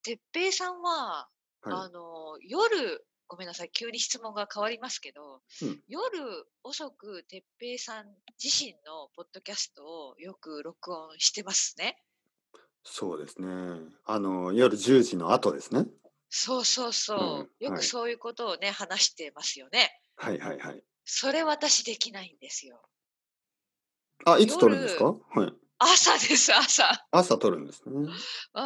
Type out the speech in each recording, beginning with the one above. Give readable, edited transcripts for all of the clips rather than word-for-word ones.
哲平さんは、 はい。 夜、ごめんなさい、急に質問が変わりますけど、 うん。 夜遅く哲平さん自身のポッドキャストをよく録音してますね。 そうですね。夜10時の後ですね。 そうそううん。 そう。よくはい。 そういうことをね、話してますよね。 はいはいはい。 それ私できないんですよ。 あ、いつ撮るんです夜、 か？はい。 朝です、朝。 朝撮るんですね。 うん。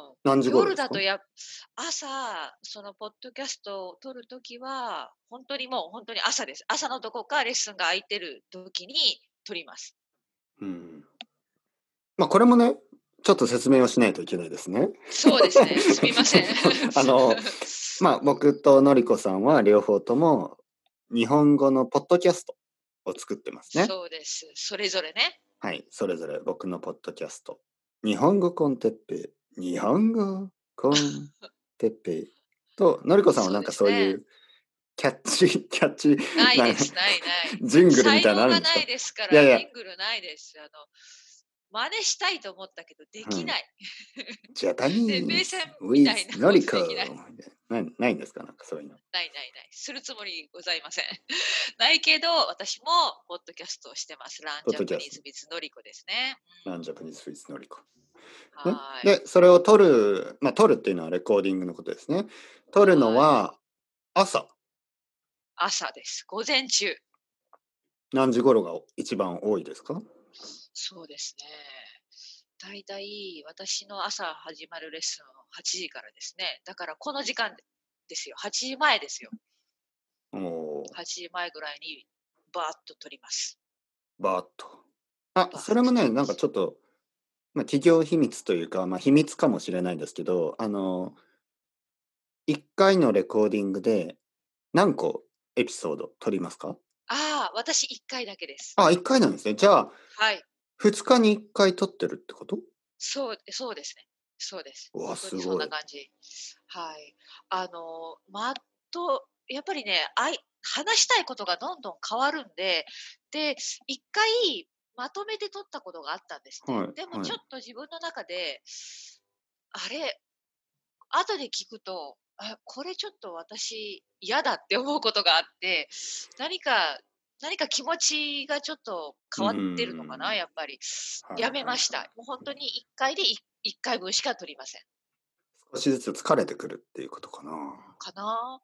何時頃ですか？ 夜だと朝、そのポッドキャストを撮るときは、本当にもう本当に朝です。朝のどこかレッスンが空いてる時に撮ります。 うん。これもね、ちょっと説明をしないといけないですね。 そうですね。すみません。 あの、僕とのりこさんは両方とも日本語のポッドキャストを作ってますね。 そうです。それぞれね。 はい。それぞれ僕のポッドキャスト。日本語コンテッペイ。日本語コンテッペイ。と、のりこさんはそうなんかですね。 そういうキャッチ、な、 ないです、ないない。 ジングルみたいなの才能あるんですか？ がないですから、 いやいや、 ジングルないです。真似したいと思ったけど、でうん。 きない。 ジャパで、 ニーズベイさんみたい with なのりこ。 ことできない。 ないんですか？なんかそういうの。 ないないない。するつもりございません。ないけど、私もポッドキャストをしてます。ランポッジャドキャスト。 パニーズビズのりこですね。 ランジャパニーズ with のりこ。ね。 はい。 で、それを撮るっていうのはレコーディングのことですね。撮るのはい。 は朝。 朝です。午前中。 何時頃が一番多いですか？ そうですね。だいたい私の朝始まるレッスンは8時からですね。だからこの時間ですよ。8時前ですよ。 おー、 8時前ぐらいにバーッと取ります。 バーッと。 バーッそれもね、なんかと取ります。 ちょっと、企業秘密というか、秘密かもしれないんですけど、1回のレコーディングで何個エピソード撮りますか？ ああ、私1回だけです。 あ、1回なんですね。じゃあ、 はい。 2日に1回撮ってるってこと？ そうですね。そうです。 うわ、 本当にそんすごい。 な感じ。はい。やっぱりね、話したいことがどんどん変わるんで、で、一回まとめて取ったことがあったんですね。 はい、 でもはい。 ちょっと自分の中で、あれ、後で聞くと、これちょっと私嫌だって思うことがあって、何か気持ちがちょっとうー変わってるのかな、 ん。 やっぱり。 はいやはいはい。 めました。もう本当に1回で1回分しか取りません。 少しずつ疲れてくるっていうことかな。 かな。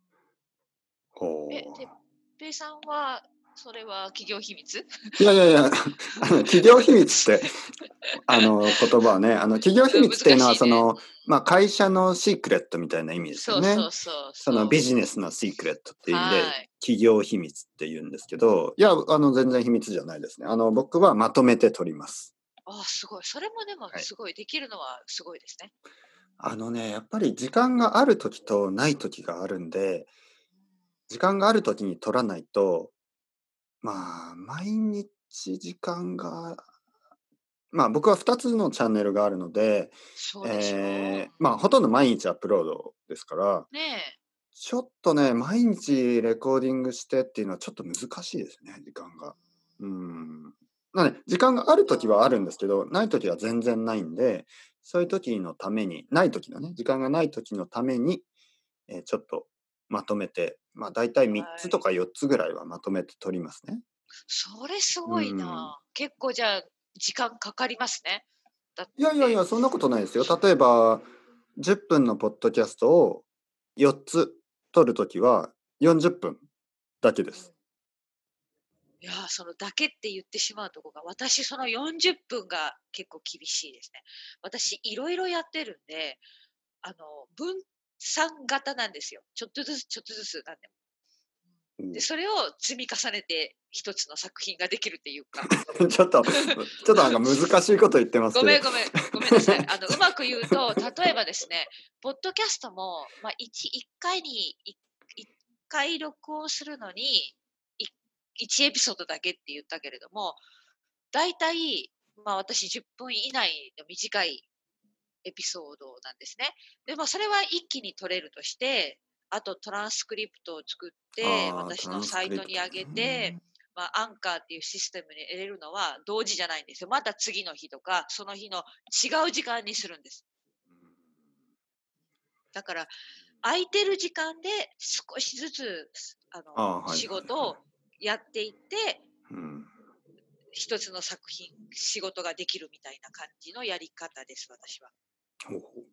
てっほう。 ぺいさんは、それは企業秘密？ いやいやいや、企業秘密って、言葉はね、企業秘うん、 密っていうのは、 難しいね。 会社のシークレットみたいな意味ですよね。 そうそうそうそのそうそう。 ビジネスのシークレットっていう意味で、 はい。 企業秘密って言うんですけど、いや、全然秘密じゃないですね。僕はまとめて取ります。 すごい。それもでもはい。 すごい、できるのはすごいですね。 やっぱり時間がある時とない時があるんで、 うん、 時間がある時に取らないと、毎日時間が僕は2つのチャンネルがあるので、 そうでしょほとんど毎日アップロードですから、 う？ねえ。 ちょっとね、毎日レコーディングしてっていうのはちょっと難しいですね、時間が。うーん。時間がある時はあるんですけど、ない時は全然ないんで、そういう時のために、ない時のね、時間がない時のために、ちょっとまとめて、だいたい3 はい。 つとか4つぐらいはまとめて取りますね。 それすうごいん。 な。結構じゃあ、時間かかりますね。だっいやいやいて。 や、そんなことないですよ。例えば、10分のポッドキャストを4つ取るときは40分だけでうん。 す。 いやー、そのだけって言ってしまうとこが、私その40分が結構厳しいですね。私いろいろやってるんで、分散型なんですよ。ちょっとずつちょっとずつなんでも。で、 うん。 それを積み重ねて一つの作品ができるっていうか。 ちょっとなんか難しいこと言ってますけど。 ごめんなさい。うまく言うと、例えばですね、ポッドキャストも、1回に、1回録音するのに、い1エピソードだけって言ったけれども、だいたい、私10分以内の短いエピソードなんですね。で、それは一気に取れるとして、あとトランスクリプトを作って、 ああ、ト私のランスサイトにクリプト上げて、 ね。 アンカーっていうシステムに入れるのは同時じゃないんですよ。また次の日とか、その日の違う時間にするんです。 だから、空いてる時間で少しずつ、仕事をやっていって、一つの作品、仕事ができるみたいな感じのやり方です、私は。 ほうほう。